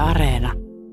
Areena.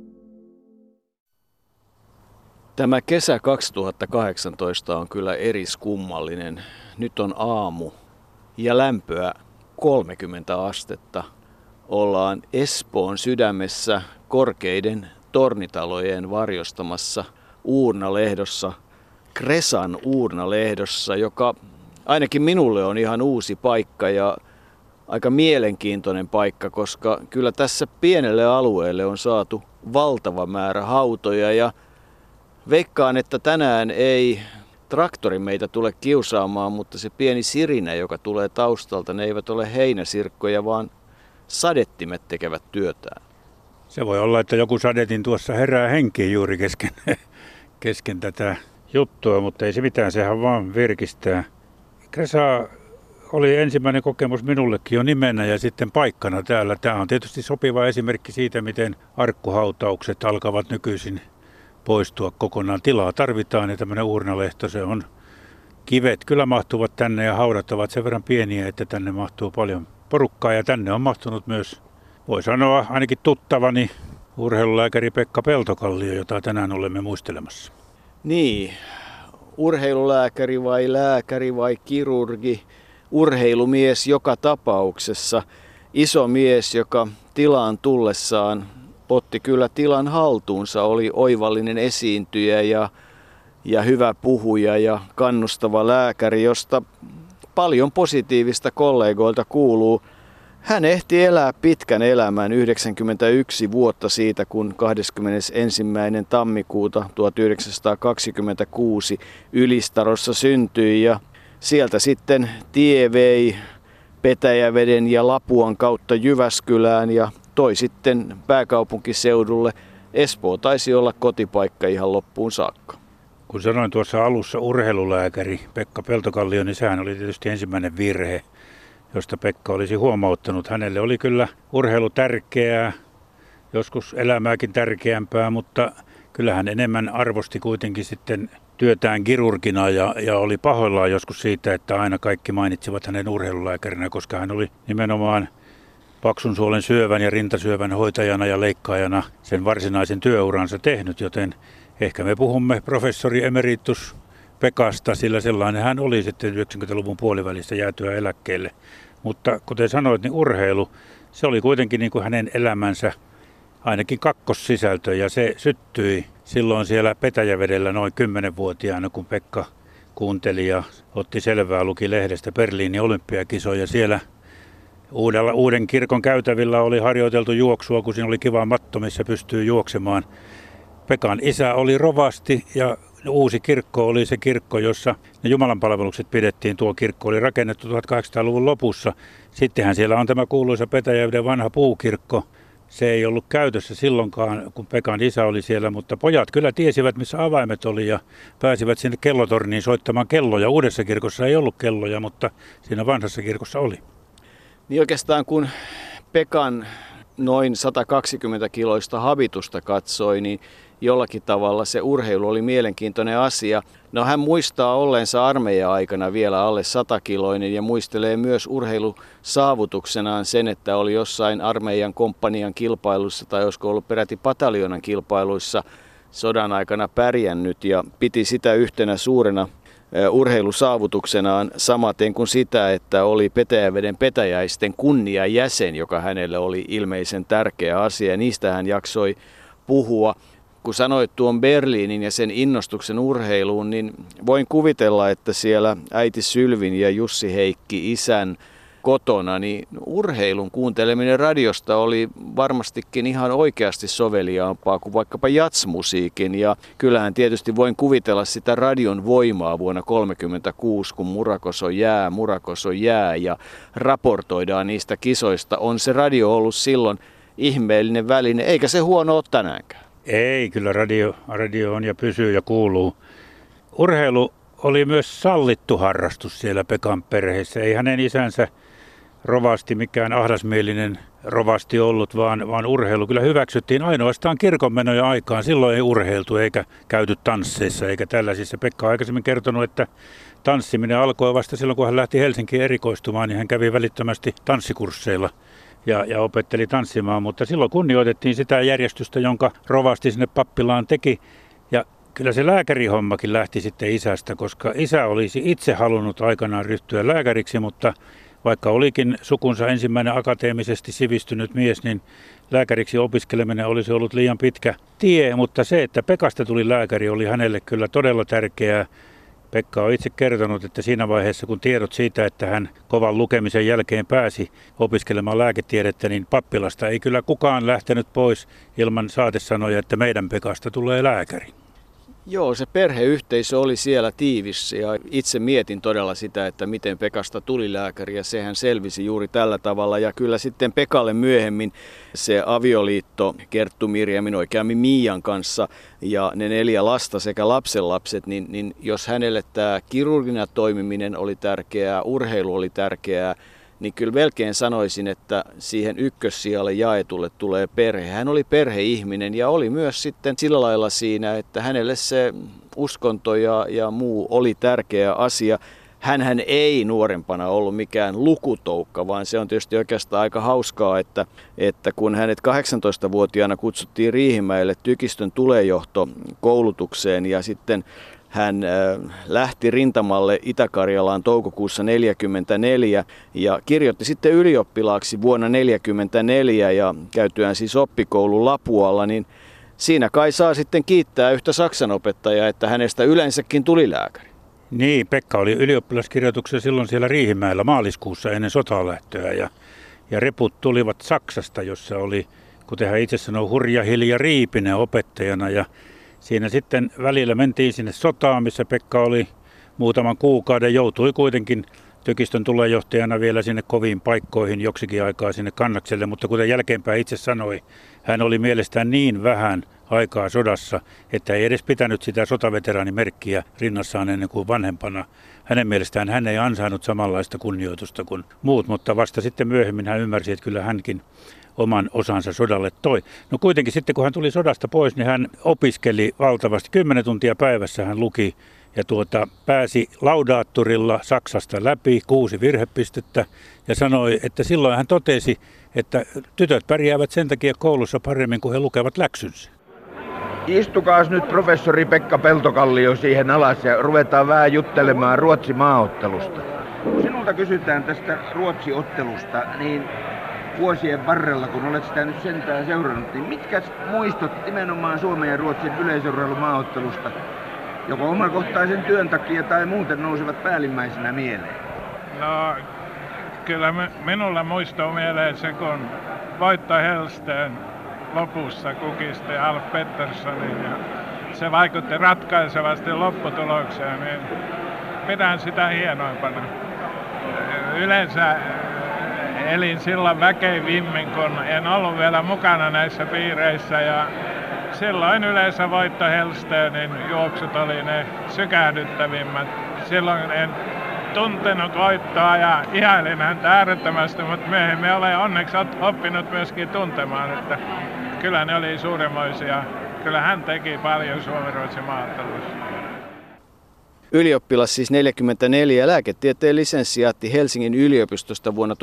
Tämä kesä 2018 on kyllä eriskummallinen. Nyt on aamu ja lämpöä 30 astetta. Ollaan Espoon sydämessä korkeiden tornitalojen varjostamassa uurnalehdossa, Kresan uurnalehdossa, joka ainakin minulle on ihan uusi paikka ja aika mielenkiintoinen paikka, koska kyllä tässä pienelle alueelle on saatu valtava määrä hautoja ja veikkaan, että tänään ei traktori meitä tule kiusaamaan, mutta se pieni sirinä, joka tulee taustalta, ne eivät ole heinäsirkkoja, vaan sadettimet tekevät työtään. Se voi olla, että joku sadetin tuossa herää henkiin juuri kesken tätä juttua, mutta ei se mitään, sehän vaan virkistää. Kresa oli ensimmäinen kokemus minullekin jo nimenä ja sitten paikkana täällä. Tämä on tietysti sopiva esimerkki siitä, miten arkkuhautaukset alkavat nykyisin poistua kokonaan. Tilaa tarvitaan ja tämmöinen uurnalehto, se on kivet kyllä mahtuvat tänne ja haudat ovat sen verran pieniä, että tänne mahtuu paljon porukkaa ja tänne on mahtunut myös, voi sanoa ainakin tuttavani, urheilulääkäri Pekka Peltokallio, jota tänään olemme muistelemassa. Niin, urheilulääkäri vai kirurgi, urheilumies joka tapauksessa, iso mies, joka tilaan tullessaan otti kyllä tilan haltuunsa, oli oivallinen esiintyjä ja hyvä puhuja ja kannustava lääkäri, josta paljon positiivista kollegoilta kuuluu. Hän ehti elää pitkän elämän, 91 vuotta siitä, kun 21. tammikuuta 1926 Ylistarossa syntyi ja sieltä sitten tie vei Petäjäveden ja Lapuan kautta Jyväskylään ja toi sitten pääkaupunkiseudulle. Espoo taisi olla kotipaikka ihan loppuun saakka. Kun sanoin tuossa alussa urheilulääkäri Pekka Peltokallio, niin sehän oli tietysti ensimmäinen virhe, josta Pekka olisi huomauttanut. Hänelle oli kyllä urheilu tärkeää, joskus elämääkin tärkeämpää, mutta kyllähän enemmän arvosti kuitenkin sitten työtään kirurgina ja oli pahoillaan joskus siitä, että aina kaikki mainitsivat hänen urheilulääkärinä, koska hän oli nimenomaan paksun suolen syövän ja rintasyövän hoitajana ja leikkaajana sen varsinaisen työuransa tehnyt, joten ehkä me puhumme professori emeritus Pekasta, sillä sellainen hän oli sitten 90-luvun puolivälissä jäätyä eläkkeelle. Mutta kuten sanoit, niin urheilu, se oli kuitenkin niin kuin hänen elämänsä ainakin kakkossisältö ja se syttyi silloin siellä Petäjävedellä noin 10-vuotiaana, kun Pekka kuunteli ja otti selvää, luki lehdestä Berliinin olympiakisoja. Siellä uuden kirkon käytävillä oli harjoiteltu juoksua, kun siinä oli kiva matto, missä pystyy juoksemaan. Pekan isä oli rovasti ja uusi kirkko oli se kirkko, jossa ne jumalanpalvelukset pidettiin. Tuo kirkko oli rakennettu 1800-luvun lopussa. Sittenhän siellä on tämä kuuluisa Petäjäveden vanha puukirkko. Se ei ollut käytössä silloinkaan, kun Pekan isä oli siellä, mutta pojat kyllä tiesivät, missä avaimet oli ja pääsivät sinne kellotorniin soittamaan kelloja. Uudessa kirkossa ei ollut kelloja, mutta siinä vanhassa kirkossa oli. Niin oikeastaan kun Pekan noin 120 kiloista habitusta katsoi, niin jollakin tavalla se urheilu oli mielenkiintoinen asia. No hän muistaa olleensa armeija-aikana vielä alle 100-kiloinen ja muistelee myös urheilusaavutuksenaan sen, että oli jossain armeijan komppanian kilpailussa tai olisiko ollut peräti pataljonan kilpailuissa sodan aikana pärjännyt ja piti sitä yhtenä suurena urheilusaavutuksenaan samaten kuin sitä, että oli Petäjäveden petäjäisten kunniajäsen, joka hänelle oli ilmeisen tärkeä asia ja niistä hän jaksoi puhua. Kun sanoit tuon Berliinin ja sen innostuksen urheiluun, niin voin kuvitella, että siellä äiti Sylvin ja Jussi Heikki isän kotona, niin urheilun kuunteleminen radiosta oli varmastikin ihan oikeasti soveliaampaa kuin vaikkapa jatsmusiikin. Ja kyllähän tietysti voin kuvitella sitä radion voimaa vuonna 1936, kun Murakos on jää ja raportoidaan niistä kisoista. On se radio ollut silloin ihmeellinen väline, eikä se huono ole tänäänkään. Ei, kyllä radio on ja pysyy ja kuuluu. Urheilu oli myös sallittu harrastus siellä Pekan perheessä. Ei hänen isänsä rovasti mikään ahdasmielinen rovasti ollut, vaan urheilu kyllä hyväksyttiin ainoastaan kirkonmenoja aikaan. Silloin ei urheiltu eikä käyty tansseissa eikä tällaisissa. Pekka on aikaisemmin kertonut, että tanssiminen alkoi vasta silloin, kun hän lähti Helsinkiin erikoistumaan, niin hän kävi välittömästi tanssikursseilla ja opetteli tanssimaan, mutta silloin kunnioitettiin sitä järjestystä, jonka rovasti sinne pappilaan teki. Ja kyllä se lääkärihommakin lähti sitten isästä, koska isä olisi itse halunnut aikanaan ryhtyä lääkäriksi, mutta vaikka olikin sukunsa ensimmäinen akateemisesti sivistynyt mies, niin lääkäriksi opiskeleminen olisi ollut liian pitkä tie, mutta se, että Pekasta tuli lääkäri, oli hänelle kyllä todella tärkeää. Pekka on itse kertonut, että siinä vaiheessa, kun tiedot siitä, että hän kovan lukemisen jälkeen pääsi opiskelemaan lääketiedettä, niin pappilasta ei kyllä kukaan lähtenyt pois ilman saatesanoja, että meidän Pekasta tulee lääkäri. Joo, se perheyhteisö oli siellä tiivis ja itse mietin todella sitä, että miten Pekasta tuli lääkäri ja sehän selvisi juuri tällä tavalla. Ja kyllä sitten Pekalle myöhemmin se avioliitto Kerttu Mirjamin, oikeammin Miian kanssa ja ne 4 lasta sekä lapsenlapset, niin jos hänelle tämä kirurgina toimiminen oli tärkeää, urheilu oli tärkeää, niin kyllä melkein sanoisin, että siihen ykkössijalle jaetulle tulee perhe. Hän oli perheihminen ja oli myös sitten sillä lailla siinä, että hänelle se uskonto ja muu oli tärkeä asia. Hänhän ei nuorempana ollut mikään lukutoukka, vaan se on tietysti oikeastaan aika hauskaa, että kun hänet 18-vuotiaana kutsuttiin Riihimäelle tykistön tulejohtokoulutukseen ja sitten hän lähti rintamalle Itä-Karjalaan toukokuussa 1944 ja kirjoitti sitten ylioppilaaksi vuonna 1944 ja käytyään siis oppikoulun Lapualla, niin siinä kai saa sitten kiittää yhtä saksanopettajaa, että hänestä yleensäkin tuli lääkäri. Niin, Pekka oli ylioppilaskirjoituksessa silloin siellä Riihimäellä maaliskuussa ennen sotalähtöä ja reput tulivat Saksasta, jossa oli, kuten hän itse sanoi, Hurja Hilja Riipinen opettajana ja siinä sitten välillä mentiin sinne sotaan, missä Pekka oli muutaman kuukauden, joutui kuitenkin tykistön tulejohtajana vielä sinne koviin paikkoihin joksikin aikaa sinne Kannakselle, mutta kuten jälkeenpäin itse sanoi, hän oli mielestään niin vähän aikaa sodassa, että ei edes pitänyt sitä sotaveteraanimerkkiä rinnassaan ennen kuin vanhempana. Hänen mielestään hän ei ansainnut samanlaista kunnioitusta kuin muut, mutta vasta sitten myöhemmin hän ymmärsi, että kyllä hänkin oman osansa sodalle toi. No kuitenkin sitten kun hän tuli sodasta pois, niin hän opiskeli valtavasti. 10 tuntia päivässä hän luki ja pääsi laudaattorilla Saksasta läpi 6 virhepistettä ja sanoi, että silloin hän totesi, että tytöt pärjäävät sen takia koulussa paremmin, kun he lukevat läksynsä. Istukaas nyt professori Pekka Peltokallio siihen alas ja ruvetaan vähän juttelemaan Ruotsi-maaottelusta. Sinulta kysytään tästä Ruotsi-ottelusta, niin vuosien varrella, kun olet sitä nyt sentään seurannut, niin mitkä muistot nimenomaan Suomen ja Ruotsin yleisurheilumaaottelusta, joko omakohtaisen työn takia tai muuten nousevat päällimmäisenä mieleen? No, kyllä minulla muistuu mieleen se, kun Voitto Hellsten lopussa kukisti Alf Petterssonin ja se vaikutti ratkaisevasti lopputulokseen, niin pidän sitä hienoimpana. Yleensä elin silloin väkevimmin, kun en ollut vielä mukana näissä piireissä ja silloin yleensä Voitto Hellstenin juoksut oli ne sykähdyttävimmät. Silloin en tuntenut Voittoa ja ihailin häntä äärettömästi, mutta myöhemmin olen onneksi oppinut myöskin tuntemaan, että kyllä ne oli suuremmoisia. Kyllä hän teki paljon Suomen-Ruotsin maaotteluissa. Ylioppilas siis 44 lääketieteen lisensiaatti Helsingin yliopistosta vuonna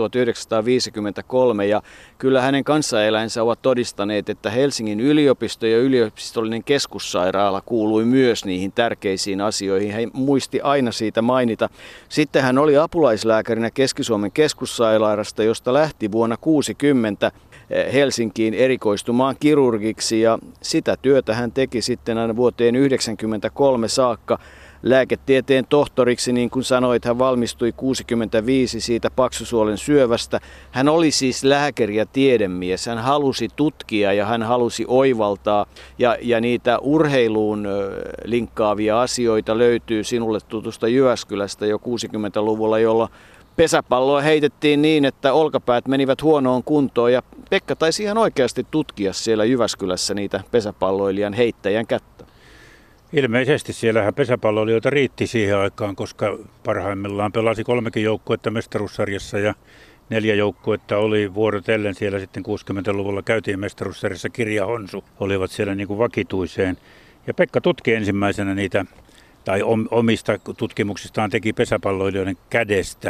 1953 ja kyllä hänen kanssaeläinsä ovat todistaneet, että Helsingin yliopisto ja yliopistollinen keskussairaala kuului myös niihin tärkeisiin asioihin. Hän muisti aina siitä mainita. Sitten hän oli apulaislääkärinä Keski-Suomen keskussairaalasta, josta lähti vuonna 1960 Helsinkiin erikoistumaan kirurgiksi ja sitä työtä hän teki sitten aina vuoteen 1993 saakka. Lääketieteen tohtoriksi, niin kuin sanoit, hän valmistui 1965 siitä paksusuolen syövästä. Hän oli siis lääkäri ja tiedemies. Hän halusi tutkia ja hän halusi oivaltaa. Ja niitä urheiluun linkkaavia asioita löytyy sinulle tutusta Jyväskylästä jo 60-luvulla, jolla pesäpalloa heitettiin niin, että olkapäät menivät huonoon kuntoon. Ja Pekka taisi ihan oikeasti tutkia siellä Jyväskylässä niitä pesäpalloilijan heittäjän kättä. Ilmeisesti siellähän pesäpalloilijoita riitti siihen aikaan, koska parhaimmillaan pelasi 3 joukkuetta mestaruussarjassa ja 4 joukkuetta oli vuorotellen siellä sitten 60-luvulla käytiin mestaruussarjassa. Kirja Honsu olivat siellä niin kuin vakituiseen. Ja Pekka tutki ensimmäisenä niitä, tai omista tutkimuksistaan teki pesäpalloilijoiden kädestä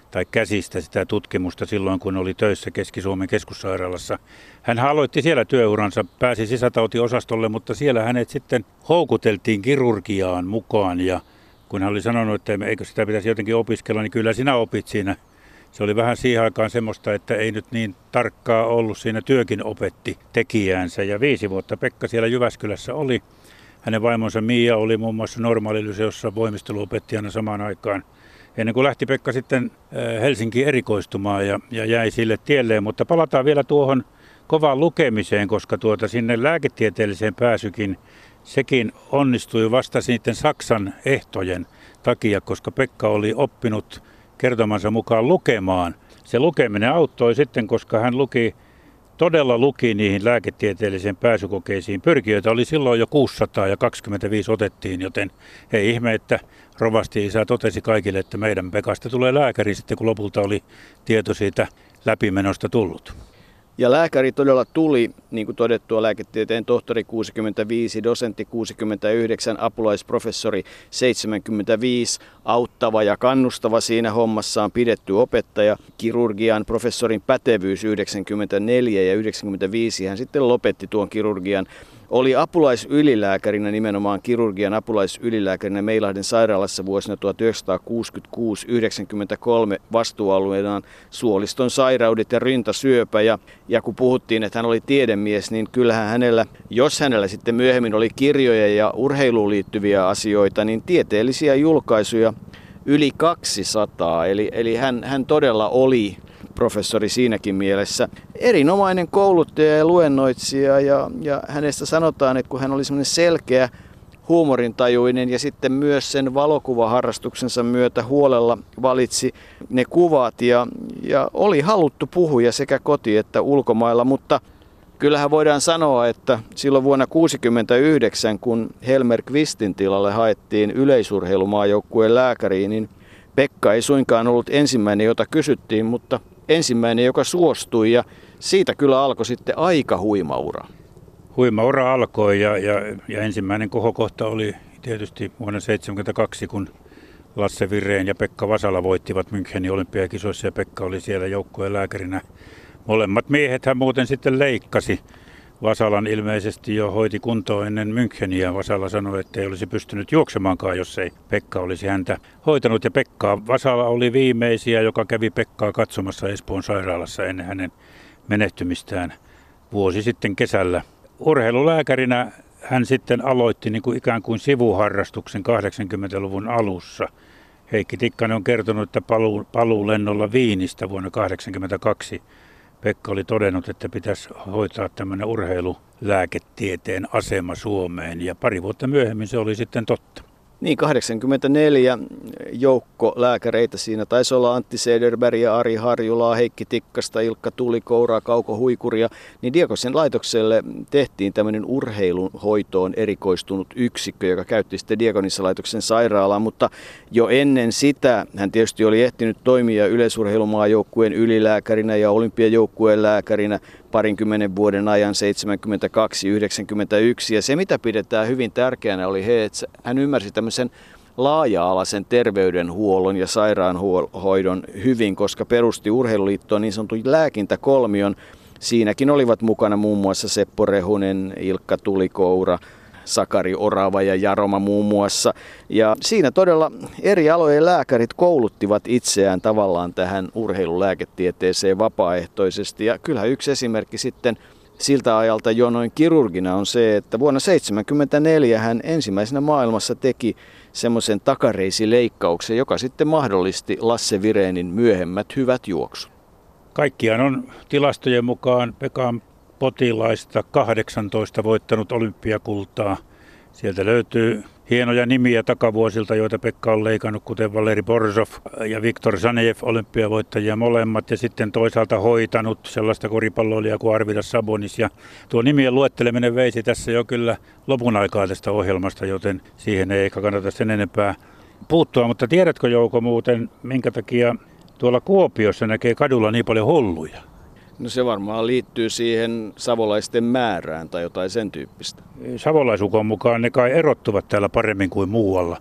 tai käsistä sitä tutkimusta silloin, kun oli töissä Keski-Suomen keskussairaalassa. Hän aloitti siellä työuransa, pääsi sisätautiosastolle, mutta siellä hänet sitten houkuteltiin kirurgiaan mukaan. Ja kun hän oli sanonut, että eikö sitä pitäisi jotenkin opiskella, niin kyllä sinä opit siinä. Se oli vähän siihen aikaan semmoista, että ei nyt niin tarkkaa ollut. Siinä työkin opetti tekijäänsä. Ja 5 vuotta Pekka siellä Jyväskylässä oli. Hänen vaimonsa Mia oli muun muassa Normaalilyseossa voimisteluopettajana samaan aikaan. Ennen kuin lähti Pekka sitten Helsinkiin erikoistumaan ja jäi sille tielleen. Mutta palataan vielä tuohon kovaan lukemiseen, koska sinne lääketieteelliseen pääsykin sekin onnistui vasta sitten Saksan ehtojen takia, koska Pekka oli oppinut kertomansa mukaan lukemaan. Se lukeminen auttoi sitten, koska hän todella luki niihin lääketieteellisiin pääsykokeisiin. Pyrkijöitä oli silloin jo 600 ja 25 otettiin, joten ei ihme, että rovasti-isä totesi kaikille, että meidän Pekasta tulee lääkäri sitten, kun lopulta oli tieto siitä läpimenosta tullut. Ja lääkäri todella tuli, niin kuin todettua, lääketieteen tohtori 65, dosentti 69, apulaisprofessori 75, auttava ja kannustava siinä hommassaan pidetty opettaja, kirurgian professorin pätevyys 94 ja 95 hän sitten lopetti tuon kirurgian. Oli apulaisylilääkärinä, nimenomaan kirurgian apulaisylilääkärinä Meilahden sairaalassa vuosina 1966-1993 vastuualueenaan suoliston sairaudet ja rintasyöpä. Ja kun puhuttiin, että hän oli tiedemies, niin kyllähän jos hänellä sitten myöhemmin oli kirjoja ja urheiluun liittyviä asioita, niin tieteellisiä julkaisuja yli 200. Eli hän todella oli professori siinäkin mielessä. Erinomainen kouluttaja ja luennoitsija ja hänestä sanotaan, että kun hän oli semmoinen selkeä, huumorintajuinen ja sitten myös sen valokuvaharrastuksensa myötä huolella valitsi ne kuvat ja oli haluttu puhuja sekä koti- että ulkomailla, mutta kyllähän voidaan sanoa, että silloin vuonna 1969, kun Helmer Qvistin tilalle haettiin yleisurheilumaajoukkueen lääkäriin, niin Pekka ei suinkaan ollut ensimmäinen, jota kysyttiin, mutta ensimmäinen, joka suostui, ja siitä kyllä alkoi sitten aika huima ura. Huima ura alkoi ja ensimmäinen kohokohta oli tietysti vuonna 1972, kun Lasse Vireen ja Pekka Vasala voittivat Münchenin olympiakisoissa ja Pekka oli siellä joukkueen lääkärinä. Molemmat miehet hän muuten sitten leikkasi. Vasalan ilmeisesti jo hoiti kuntoon ennen Müncheniä. Vasala sanoi, että ei olisi pystynyt juoksemaankaan, jos ei Pekka olisi häntä hoitanut. Ja Vasala oli viimeisiä, joka kävi Pekkaa katsomassa Espoon sairaalassa ennen hänen menehtymistään vuosi sitten kesällä. Urheilulääkärinä hän sitten aloitti niin kuin ikään kuin sivuharrastuksen 80-luvun alussa. Heikki Tikkanen on kertonut, että paluulennolla Viinistä vuonna 1982 Pekka oli todennut, että pitäisi hoitaa tämmöinen urheilulääketieteen asema Suomeen ja pari vuotta myöhemmin se oli sitten totta. Niin, 84 joukko lääkäreitä siinä taisi olla Antti Sederberg ja Ari Harjulaa, Heikki Tikkasta, Ilkka Tulikouraa, Kauko Huikuria. Niin Diakonisen laitokselle tehtiin tämmöinen urheilun hoitoon erikoistunut yksikkö, joka käytti sitten Diakonisen laitoksen sairaalaa. Mutta jo ennen sitä hän tietysti oli ehtinyt toimia yleisurheilumaajoukkueen ylilääkärinä ja olympiajoukkueen lääkärinä 20 vuoden ajan 72-91. Ja se, mitä pidetään hyvin tärkeänä, oli että hän ymmärsi tämmöisen laaja-alaisen terveydenhuollon ja sairaanhoidon hyvin, koska perusti Urheiluliittoon niin sanotun lääkintäkolmion. Siinäkin olivat mukana muun muassa Seppo Rehunen, Ilkka Tulikoura, Sakari Orava ja Jaroma muun muassa. Ja siinä todella eri alojen lääkärit kouluttivat itseään tavallaan tähän urheilulääketieteeseen vapaaehtoisesti. Ja kyllähän yksi esimerkki sitten siltä ajalta jo noin kirurgina on se, että vuonna 1974 hän ensimmäisenä maailmassa teki semmoisen takareisileikkauksen, joka sitten mahdollisti Lasse Virénin myöhemmät hyvät juoksut. Kaikkiaan on tilastojen mukaan Pekan potilaista 18 voittanut olympiakultaa. Sieltä löytyy hienoja nimiä takavuosilta, joita Pekka on leikannut, kuten Valeri Borzov ja Viktor Zanejev, olympiavoittajia molemmat, ja sitten toisaalta hoitanut sellaista koripalloilijaa kuin Arvidas Sabonis. Ja tuo nimien luetteleminen veisi tässä jo kyllä lopun aikaa tästä ohjelmasta, joten siihen ei ehkä kannata sen enempää puuttua. Mutta tiedätkö, Jouko, muuten, minkä takia tuolla Kuopiossa näkee kadulla niin paljon hulluja? No se varmaan liittyy siihen savolaisten määrään tai jotain sen tyyppistä. Savolaisukon mukaan ne kai erottuvat täällä paremmin kuin muualla.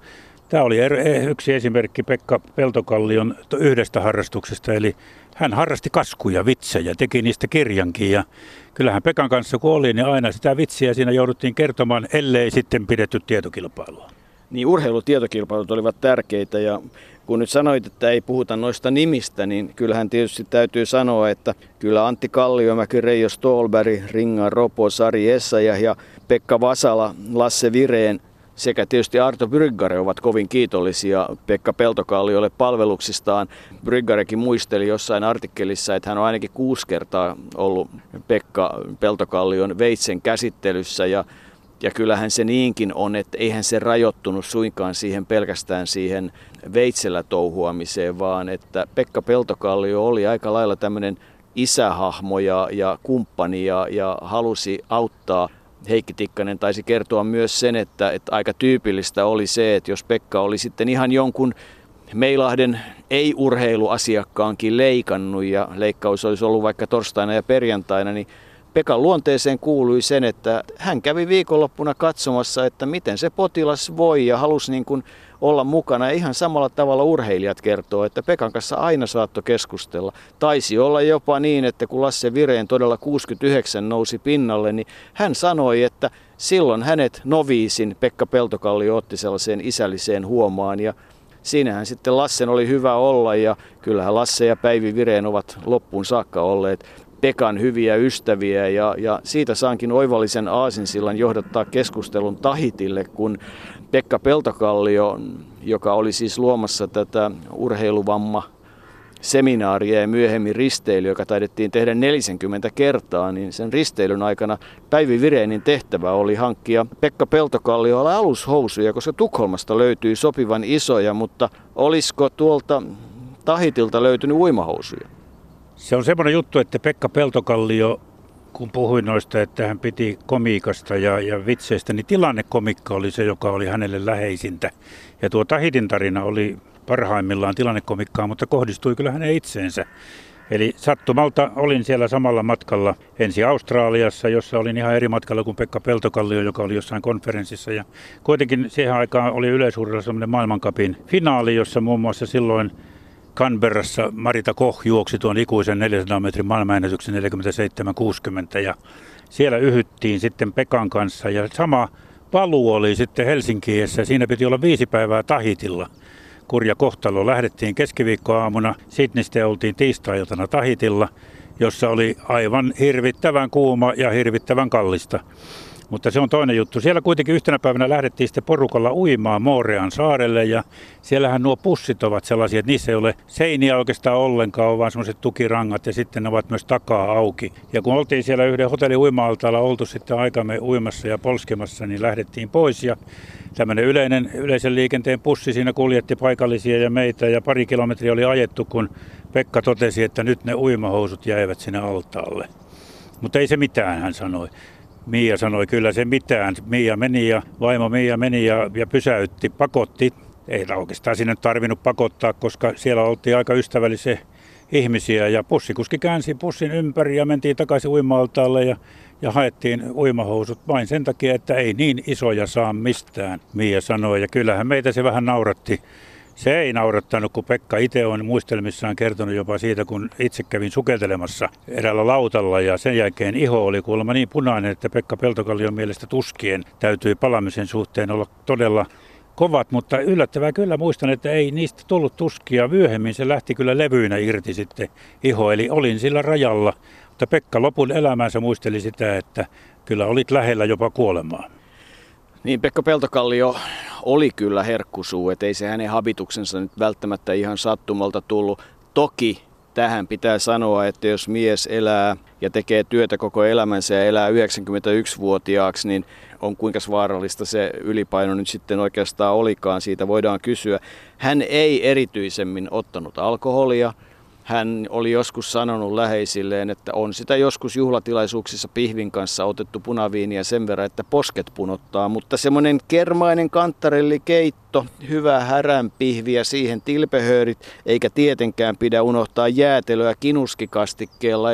Tämä oli yksi esimerkki Pekka Peltokallion yhdestä harrastuksesta, eli hän harrasti kaskuja, vitsejä, teki niistä kirjankin ja kyllähän Pekan kanssa kun oli, niin aina sitä vitsiä siinä jouduttiin kertomaan, ellei sitten pidetty tietokilpailua. Niin urheilutietokilpailut olivat tärkeitä ja kun nyt sanoit, että ei puhuta noista nimistä, niin kyllähän tietysti täytyy sanoa, että kyllä Antti Kalliomäki, Reijo Ståhlberg, Ringa Ropo, Sari Essayah ja Pekka Vasala, Lasse Vireen sekä tietysti Arto Bryggare ovat kovin kiitollisia Pekka Peltokalliolle palveluksistaan. Bryggarekin muisteli jossain artikkelissa, että hän on ainakin 6 kertaa ollut Pekka Peltokallion veitsen käsittelyssä ja kyllähän se niinkin on, että eihän se rajoittunut suinkaan pelkästään siihen veitsellä touhuamiseen, vaan että Pekka Peltokallio oli aika lailla tämmöinen isähahmo ja kumppani ja halusi auttaa. Heikki Tikkanen taisi kertoa myös sen, että aika tyypillistä oli se, että jos Pekka oli sitten ihan jonkun Meilahden ei-urheiluasiakkaankin leikannut ja leikkaus olisi ollut vaikka torstaina ja perjantaina, niin Pekan luonteeseen kuului sen, että hän kävi viikonloppuna katsomassa, että miten se potilas voi ja halusi niin kuin olla mukana. Ja ihan samalla tavalla urheilijat kertoo, että Pekan kanssa aina saattoi keskustella. Taisi olla jopa niin, että kun Lasse Vireen todella 69 nousi pinnalle, niin hän sanoi, että silloin hänet noviisin Pekka Peltokallio otti sellaiseen isälliseen huomaan. Ja siinähän sitten Lassen oli hyvä olla ja kyllähän Lasse ja Päivi Vireen ovat loppuun saakka olleet Pekan hyviä ystäviä ja siitä saankin oivallisen aasinsillan johdattaa keskustelun Tahitille, kun Pekka Peltokallio, joka oli siis luomassa tätä urheiluvamma-seminaaria ja myöhemmin risteily, joka taidettiin tehdä 40 kertaa, niin sen risteilyn aikana Päivi Vireenin tehtävä oli hankkia Pekka Peltokalliolle alushousuja, koska Tukholmasta löytyy sopivan isoja, mutta olisiko tuolta Tahitilta löytynyt uimahousuja? Se on semmoinen juttu, että Pekka Peltokallio, kun puhuin noista, että hän piti komiikasta ja vitseistä, niin tilannekomikka oli se, joka oli hänelle läheisintä. Ja tuo Tahitin tarina oli parhaimmillaan tilannekomikkaa, mutta kohdistui kyllä hänen itseensä. Eli sattumalta olin siellä samalla matkalla ensin Australiassa, jossa olin ihan eri matkalla kuin Pekka Peltokallio, joka oli jossain konferenssissa. Ja kuitenkin siihen aikaan oli yleisurheilla semmoinen maailmancupin finaali, jossa muun muassa silloin Canberrassa Marita Koch juoksi tuon ikuisen 400 metrin maailmanennätyksen 47.60 ja siellä yhyttiin sitten Pekan kanssa ja sama paluu oli sitten Helsinkiessä. Siinä piti olla 5 päivää Tahitilla. Kurja kohtalo. Lähdettiin keskiviikkoaamuna Sydneystä ja oltiin tiistai-iltana Tahitilla, jossa oli aivan hirvittävän kuuma ja hirvittävän kallista. Mutta se on toinen juttu. Siellä kuitenkin yhtenä päivänä lähdettiin sitten porukalla uimaan Moorean saarelle ja siellähän nuo pussit ovat sellaisia, että niissä ei ole seiniä oikeastaan ollenkaan, vaan semmoiset tukirangat ja sitten ne ovat myös takaa auki. Ja kun oltiin siellä yhden hotellin uima-altaalla oltu sitten aikamme uimassa ja polskemassa, niin lähdettiin pois ja tämmöinen yleisen liikenteen pussi siinä kuljetti paikallisia ja meitä ja 2 kilometriä oli ajettu, kun Pekka totesi, että nyt ne uimahousut jäivät sinne altaalle. Mutta ei se mitään, hän sanoi. Mia sanoi, kyllä se mitään. Vaimo Mia meni ja pysäytti, pakotti. Ei oikeastaan sinne tarvinnut pakottaa, koska siellä oltiin aika ystävällisiä ihmisiä. Ja pussikuski käänsi pussin ympäri ja mentiin takaisin uima-altaalle ja haettiin uimahousut vain sen takia, että ei niin isoja saa mistään, Mia sanoi. Ja kyllähän meitä se vähän nauratti. Se ei naurattanut, kun Pekka itse on muistelmissaan kertonut jopa siitä, kun itse kävin sukeltelemassa eräällä lautalla ja sen jälkeen iho oli kuulemma niin punainen, että Pekka Peltokallion mielestä tuskien täytyi palamisen suhteen olla todella kovat, mutta yllättävää kyllä muistan, että ei niistä tullut tuskia. Myöhemmin se lähti kyllä levyinä irti sitten iho, eli olin sillä rajalla. Mutta Pekka lopun elämänsä muisteli sitä, että kyllä olit lähellä jopa kuolemaa. Niin, Pekka Peltokallio oli kyllä herkkusuu, ettei se hänen habituksensa nyt välttämättä ihan sattumalta tullut. Toki tähän pitää sanoa, että jos mies elää ja tekee työtä koko elämänsä ja elää 91-vuotiaaksi, niin on kuinka vaarallista se ylipaino nyt sitten oikeastaan olikaan, siitä voidaan kysyä. Hän ei erityisemmin ottanut alkoholia. Hän oli joskus sanonut läheisilleen, että on sitä joskus juhlatilaisuuksissa pihvin kanssa otettu punaviiniä sen verran, että posket punottaa, mutta semmoinen kermainen kantarellikeitto, hyvä häränpihvi ja siihen tilpehöörit, eikä tietenkään pidä unohtaa jäätelöä kinuskikastikkeella, että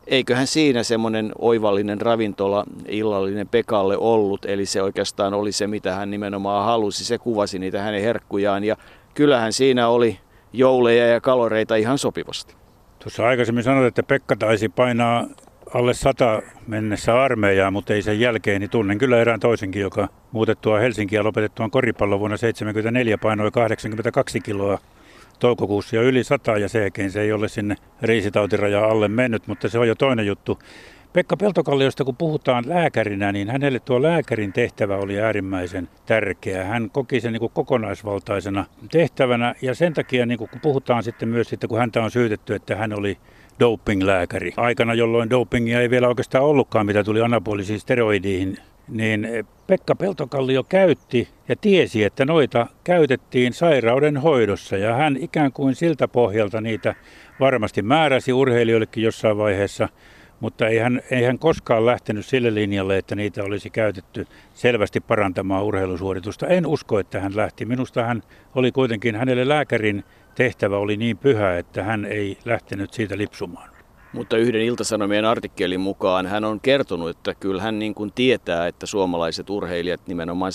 eiköhän siinä semmoinen oivallinen ravintola illallinen Pekalle ollut, eli se oikeastaan oli se, mitä hän nimenomaan halusi. Se kuvasi niitä hänen herkkujaan ja kyllähän siinä oli jouleja ja kaloreita ihan sopivasti. Tuossa aikaisemmin sanoit, että Pekka taisi painaa alle 100 mennessä armeijaa, mutta ei sen jälkeen, niin tunnen kyllä erään toisenkin, joka muutettua Helsinkiä ja lopetettuaan koripallon vuonna 1974 painoi 82 kiloa toukokuussa ja yli 100 ja sen jälkeen se ei ole sinne riisitautirajaa alle mennyt, mutta se on jo toinen juttu. Pekka Peltokalliosta kun puhutaan lääkärinä, niin hänelle tuo lääkärin tehtävä oli äärimmäisen tärkeä. Hän koki sen niin kuin kokonaisvaltaisena tehtävänä ja sen takia niin kun puhutaan sitten myös siitä, kun häntä on syytetty, että hän oli doping-lääkäri. Aikana, jolloin dopingia ei vielä oikeastaan ollutkaan, mitä tuli anabolisiin steroidiin, niin Pekka Peltokallio käytti ja tiesi, että noita käytettiin sairauden hoidossa ja hän ikään kuin siltä pohjalta niitä varmasti määräsi urheilijoillekin jossain vaiheessa, mutta ei hän koskaan lähtenyt sille linjalle, että niitä olisi käytetty selvästi parantamaan urheilusuoritusta. En usko, että hän lähti. Minusta hän oli kuitenkin, hänelle lääkärin tehtävä oli niin pyhä, että hän ei lähtenyt siitä lipsumaan. Mutta yhden Ilta-Sanomien artikkelin mukaan hän on kertonut, että kyllä hän niin kuin tietää, että suomalaiset urheilijat nimenomaan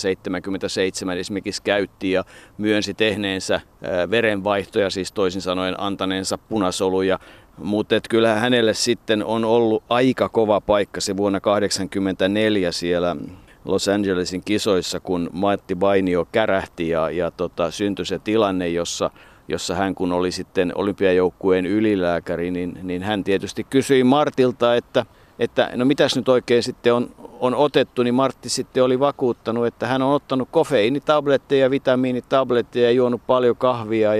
77 esimerkiksi käytti ja myönsi tehneensä verenvaihtoja, siis toisin sanoen antaneensa punasoluja. Mutta kyllä hänelle sitten on ollut aika kova paikka se vuonna 1984 siellä Los Angelesin kisoissa, kun Matti Vainio kärähti ja syntyi se tilanne, jossa hän kun oli sitten olympiajoukkueen ylilääkäri, niin hän tietysti kysyi Martilta, että no mitäs nyt oikein sitten on otettu, niin Martti sitten oli vakuuttanut, että hän on ottanut kofeiinitabletteja, vitamiinitabletteja ja juonut paljon kahvia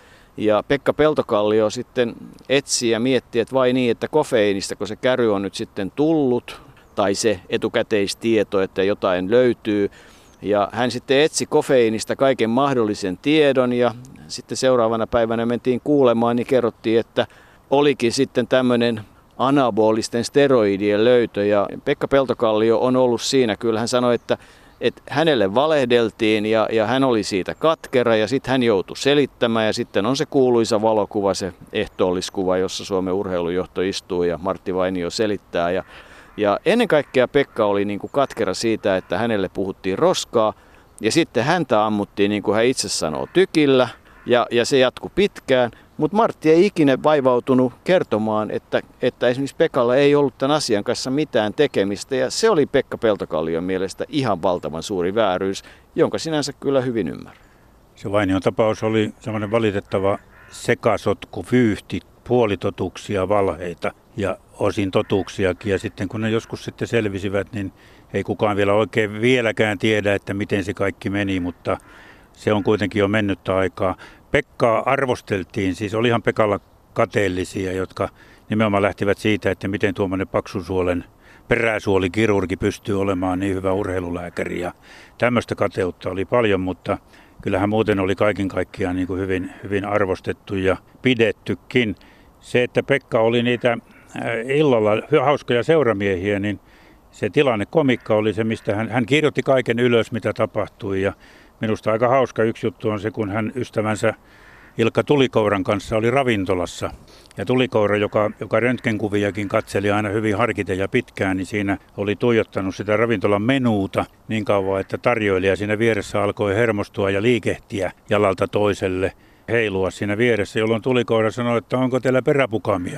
ja Pekka Peltokallio sitten etsi ja mietti, että vai niin, että kofeiinista, kun se käry on nyt sitten tullut, tai se etukäteistieto, että jotain löytyy. Ja hän sitten etsi kofeiinista kaiken mahdollisen tiedon ja sitten seuraavana päivänä mentiin kuulemaan, niin kerrottiin, että olikin sitten tämmöinen anabolisten steroidien löytö. Ja Pekka Peltokallio on ollut siinä, kyllä hän sanoi, että hänelle valehdeltiin ja hän oli siitä katkera ja sitten hän joutui selittämään ja sitten on se kuuluisa valokuva, se ehtoolliskuva, jossa Suomen urheilujohto istuu ja Martti Vainio selittää. Ja ennen kaikkea Pekka oli niin kuin katkera siitä, että hänelle puhuttiin roskaa ja sitten häntä ammuttiin, niin kuin hän itse sanoo, tykillä ja se jatkui pitkään. Mutta Martti ei ikinä vaivautunut kertomaan, että esimerkiksi Pekalla ei ollut tämän asian kanssa mitään tekemistä ja se oli Pekka Peltokallion mielestä ihan valtavan suuri vääryys, jonka sinänsä kyllä hyvin ymmärrän. Se Vainion tapaus oli semmoinen valitettava sekasotku, vyyhti, puolitotuuksia, valheita ja osin totuuksiakin. Ja sitten kun ne joskus sitten selvisivät, niin ei kukaan vielä oikein vieläkään tiedä, että miten se kaikki meni, mutta se on kuitenkin jo mennyttä aikaa. Pekkaa arvosteltiin, siis olihan Pekalla kateellisia, jotka nimenomaan lähtivät siitä, että miten tuommoinen paksusuolen peräsuolikirurgi pystyy olemaan niin hyvä urheilulääkäri. Ja tämmöistä kateutta oli paljon, mutta kyllähän muuten oli kaiken kaikkiaan niin kuin hyvin arvostettu ja pidettykin. Se, että Pekka oli niitä illalla hauskoja seuramiehiä, niin se tilannekomikka oli se, mistä hän kirjoitti kaiken ylös, mitä tapahtui. Ja minusta aika hauska yksi juttu on se, kun hän ystävänsä Ilkka Tulikouran kanssa oli ravintolassa. Ja Tulikoura, joka röntgenkuviakin katseli aina hyvin harkiten ja pitkään, niin siinä oli tuijottanut sitä ravintolan menuuta niin kauan, että tarjoilija siinä vieressä alkoi hermostua ja liikehtiä jalalta toiselle, heilua siinä vieressä, jolloin Tulikoura sanoi, että onko teillä peräpukamia.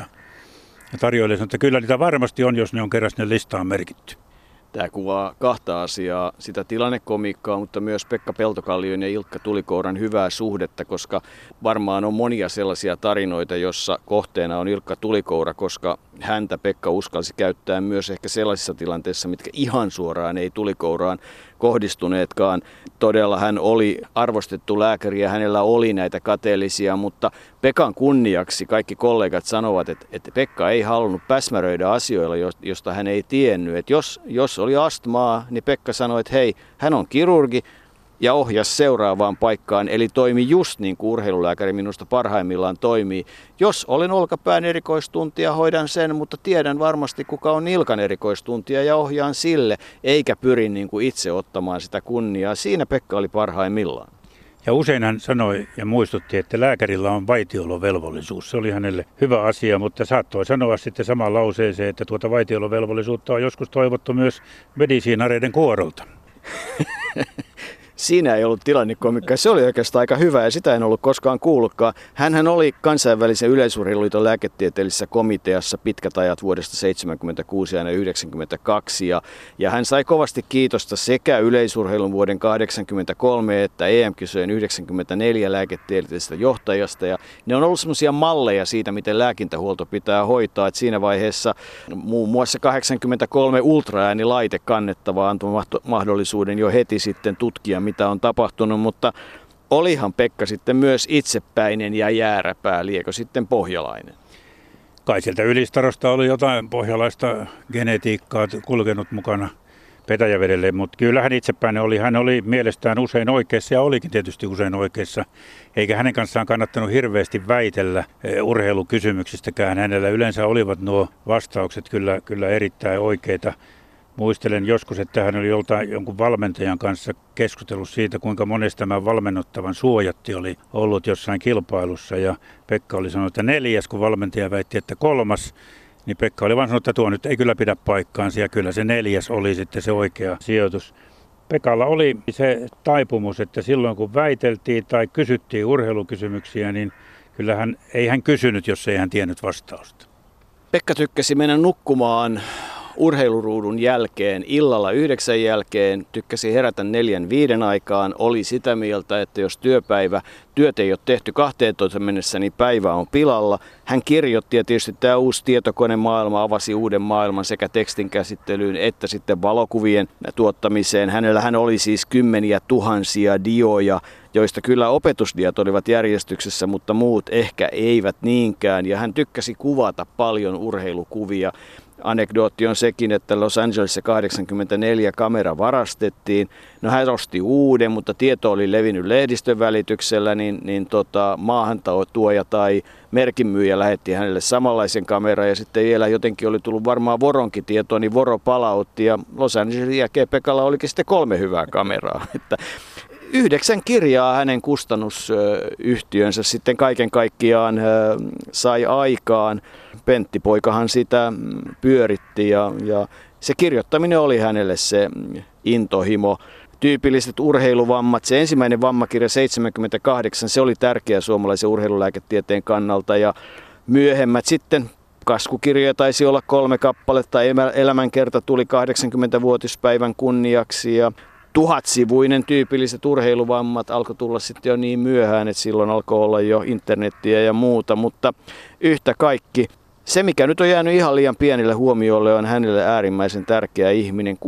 Ja tarjoilija sanoi, että kyllä niitä varmasti on, jos ne on kerran sinne listaan merkitty. Tämä kuvaa kahta asiaa, sitä tilannekomiikkaa, mutta myös Pekka Peltokallion ja Ilkka Tulikouran hyvää suhdetta, koska varmaan on monia sellaisia tarinoita, jossa kohteena on Ilkka Tulikoura, koska häntä Pekka uskalsi käyttää myös ehkä sellaisissa tilanteissa, mitkä ihan suoraan ei Tulikouraan kohdistuneetkaan. Todella hän oli arvostettu lääkäri ja hänellä oli näitä kateellisia, mutta Pekan kunniaksi kaikki kollegat sanovat, että Pekka ei halunnut päsmäröidä asioilla, josta hän ei tiennyt. Että jos oli astmaa, niin Pekka sanoi, että hei, hän on kirurgi ja ohjasi seuraavaan paikkaan, eli toimi just niin kuin urheilulääkäri minusta parhaimmillaan toimii. Jos olen olkapään erikoistuntia, hoidan sen, mutta tiedän varmasti kuka on nilkan erikoistuntia ja ohjaan sille, eikä pyri niin kuin itse ottamaan sitä kunniaa. Siinä Pekka oli parhaimmillaan. Ja usein hän sanoi ja muistutti, että lääkärillä on vaitiolovelvollisuus. Se oli hänelle hyvä asia, mutta saattoi sanoa sitten samaan lauseeseen, että tuota vaitiolovelvollisuutta on joskus toivottu myös medisiinareiden kuorolta. Siinä ei ollut tilannekomikkaa. Se oli oikeastaan aika hyvä ja sitä en ollut koskaan kuullutkaan. Hänhän oli kansainvälisen yleisurheiluliiton lääketieteellisessä komiteassa pitkät ajat vuodesta 1976 ja 1992. Ja hän sai kovasti kiitosta sekä yleisurheilun vuoden 1983 että EM-kisojen 1994 lääketieteellisestä johtajasta. Ja ne on ollut semmoisia malleja siitä, miten lääkintähuolto pitää hoitaa. Että siinä vaiheessa muun muassa 1983 ultraäänilaite kannettava antoi mahdollisuuden jo heti sitten tutkia, mitä on tapahtunut, mutta olihan Pekka sitten myös itsepäinen ja jääräpää, liekö sitten pohjalainen? Kai sieltä Ylistarosta oli jotain pohjalaista genetiikkaa kulkenut mukana Petäjävedelle, mutta kyllä hän itsepäinen oli. Hän oli mielestään usein oikeassa ja olikin tietysti usein oikeassa, eikä hänen kanssaan kannattanut hirveästi väitellä urheilukysymyksistäkään. Hänellä yleensä olivat nuo vastaukset kyllä erittäin oikeita. Muistelen joskus, että hän oli jonkun valmentajan kanssa keskustellut siitä, kuinka monesti tämän valmennettavan suojatti oli ollut jossain kilpailussa. Ja Pekka oli sanonut, että 4, kun valmentaja väitti, että 3, niin Pekka oli vaan sanonut, että tuo nyt ei kyllä pidä paikkaansa ja kyllä se 4 oli sitten se oikea sijoitus. Pekalla oli se taipumus, että silloin kun väiteltiin tai kysyttiin urheilukysymyksiä, niin kyllähän ei hän kysynyt, jos ei hän tiennyt vastausta. Pekka tykkäsi mennä nukkumaan urheiluruudun jälkeen, illalla 9 jälkeen, tykkäsi herätä 4-5 aikaan, oli sitä mieltä, että jos työt ei ole tehty 12 mennessä, niin päivä on pilalla. Hän kirjoitti ja tietysti tämä uusi tietokonemaailma avasi uuden maailman sekä tekstin käsittelyyn että sitten valokuvien tuottamiseen. Hänellähän oli siis kymmeniä tuhansia dioja, joista kyllä opetusdiat olivat järjestyksessä, mutta muut ehkä eivät niinkään. Ja hän tykkäsi kuvata paljon urheilukuvia. Anekdootti on sekin, että Los Angelesissa 1984 kamera varastettiin. No hän osti uuden, mutta tieto oli levinnyt lehdistön välityksellä, niin maahantuoja tai merkinmyyjä lähetti hänelle samanlaisen kameran. Ja sitten vielä jotenkin oli tullut varmaan Voronkin tietoa, niin Voro palautti. Ja Los Angelesin jälkeen Pekalla olikin sitten 3 hyvää kameraa. Että 9 kirjaa hänen kustannusyhtiönsä sitten kaiken kaikkiaan sai aikaan. Pentti-poikahan sitä pyöritti ja se kirjoittaminen oli hänelle se intohimo. Tyypilliset urheiluvammat, se ensimmäinen vammakirja 78, se oli tärkeä suomalaisen urheilulääketieteen kannalta ja myöhemmät sitten kaskukirjoja taisi olla 3 kappaletta, elämänkerta tuli 80-vuotispäivän kunniaksi ja 1000-sivuinen tyypilliset urheiluvammat alkoi tulla sitten jo niin myöhään, että silloin alkoi olla jo internettiä ja muuta, mutta yhtä kaikki. Se, mikä nyt on jäänyt ihan liian pienelle huomiolle, on hänelle äärimmäisen tärkeä ihminen,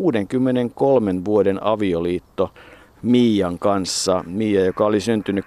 63 vuoden avioliitto Miian kanssa. Miia, joka oli syntynyt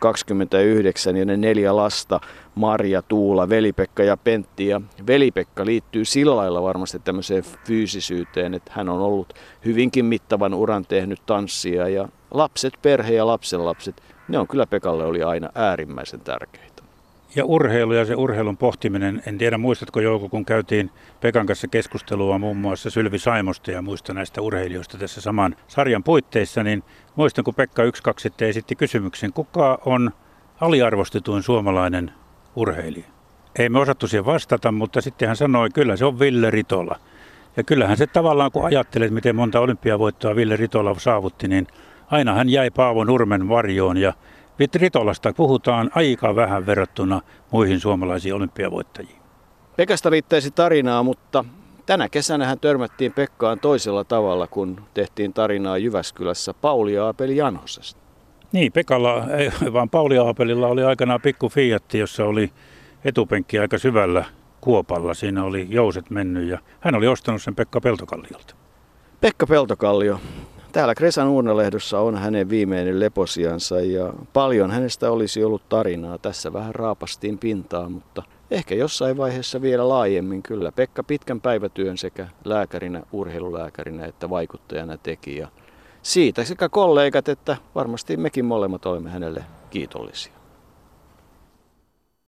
29 ja ne 4 lasta, Marja, Tuula, Veli-Pekka ja Pentti. Ja Veli-Pekka liittyy sillä lailla varmasti tämmöiseen fyysisyyteen, että hän on ollut hyvinkin mittavan uran tehnyt tanssia ja lapset, perhe ja lapsenlapset, ne on kyllä Pekalle oli aina äärimmäisen tärkeitä. Ja urheilu ja se urheilun pohtiminen, en tiedä muistatko Jouko, kun käytiin Pekan kanssa keskustelua muun muassa Sylvi Saimosta ja muista näistä urheilijoista tässä saman sarjan puitteissa, niin muistan kun Pekka 1-2 sitten esitti kysymyksen, kuka on aliarvostetuin suomalainen urheilija? Ei me osattu siihen vastata, mutta sitten hän sanoi, että kyllä se on Ville Ritola. Ja kyllähän se tavallaan, kun ajattelet, miten monta olympiavoittoa Ville Ritola saavutti, niin aina hän jäi Paavo Nurmen varjoon ja Ritolasta puhutaan aika vähän verrattuna muihin suomalaisiin olympiavoittajiin. Pekasta riittäisi tarinaa, mutta tänä kesänähän törmättiin Pekkaan toisella tavalla, kun tehtiin tarinaa Jyväskylässä Pauli Aapeli Janhosesta. Niin, Pekalla, ei vaan Pauli Aapelilla oli aikanaan pikku Fiat, jossa oli etupenkki aika syvällä kuopalla. Siinä oli jouset mennyt ja hän oli ostanut sen Pekka Peltokalliolta. Pekka Peltokallio. Täällä Kresan Uurnalehdossa on hänen viimeinen leposiansa ja paljon hänestä olisi ollut tarinaa. Tässä vähän raapastiin pintaa, mutta ehkä jossain vaiheessa vielä laajemmin kyllä. Pekka pitkän päivätyön sekä lääkärinä, urheilulääkärinä että vaikuttajana teki. Ja siitä sekä kollegat että varmasti mekin molemmat olemme hänelle kiitollisia.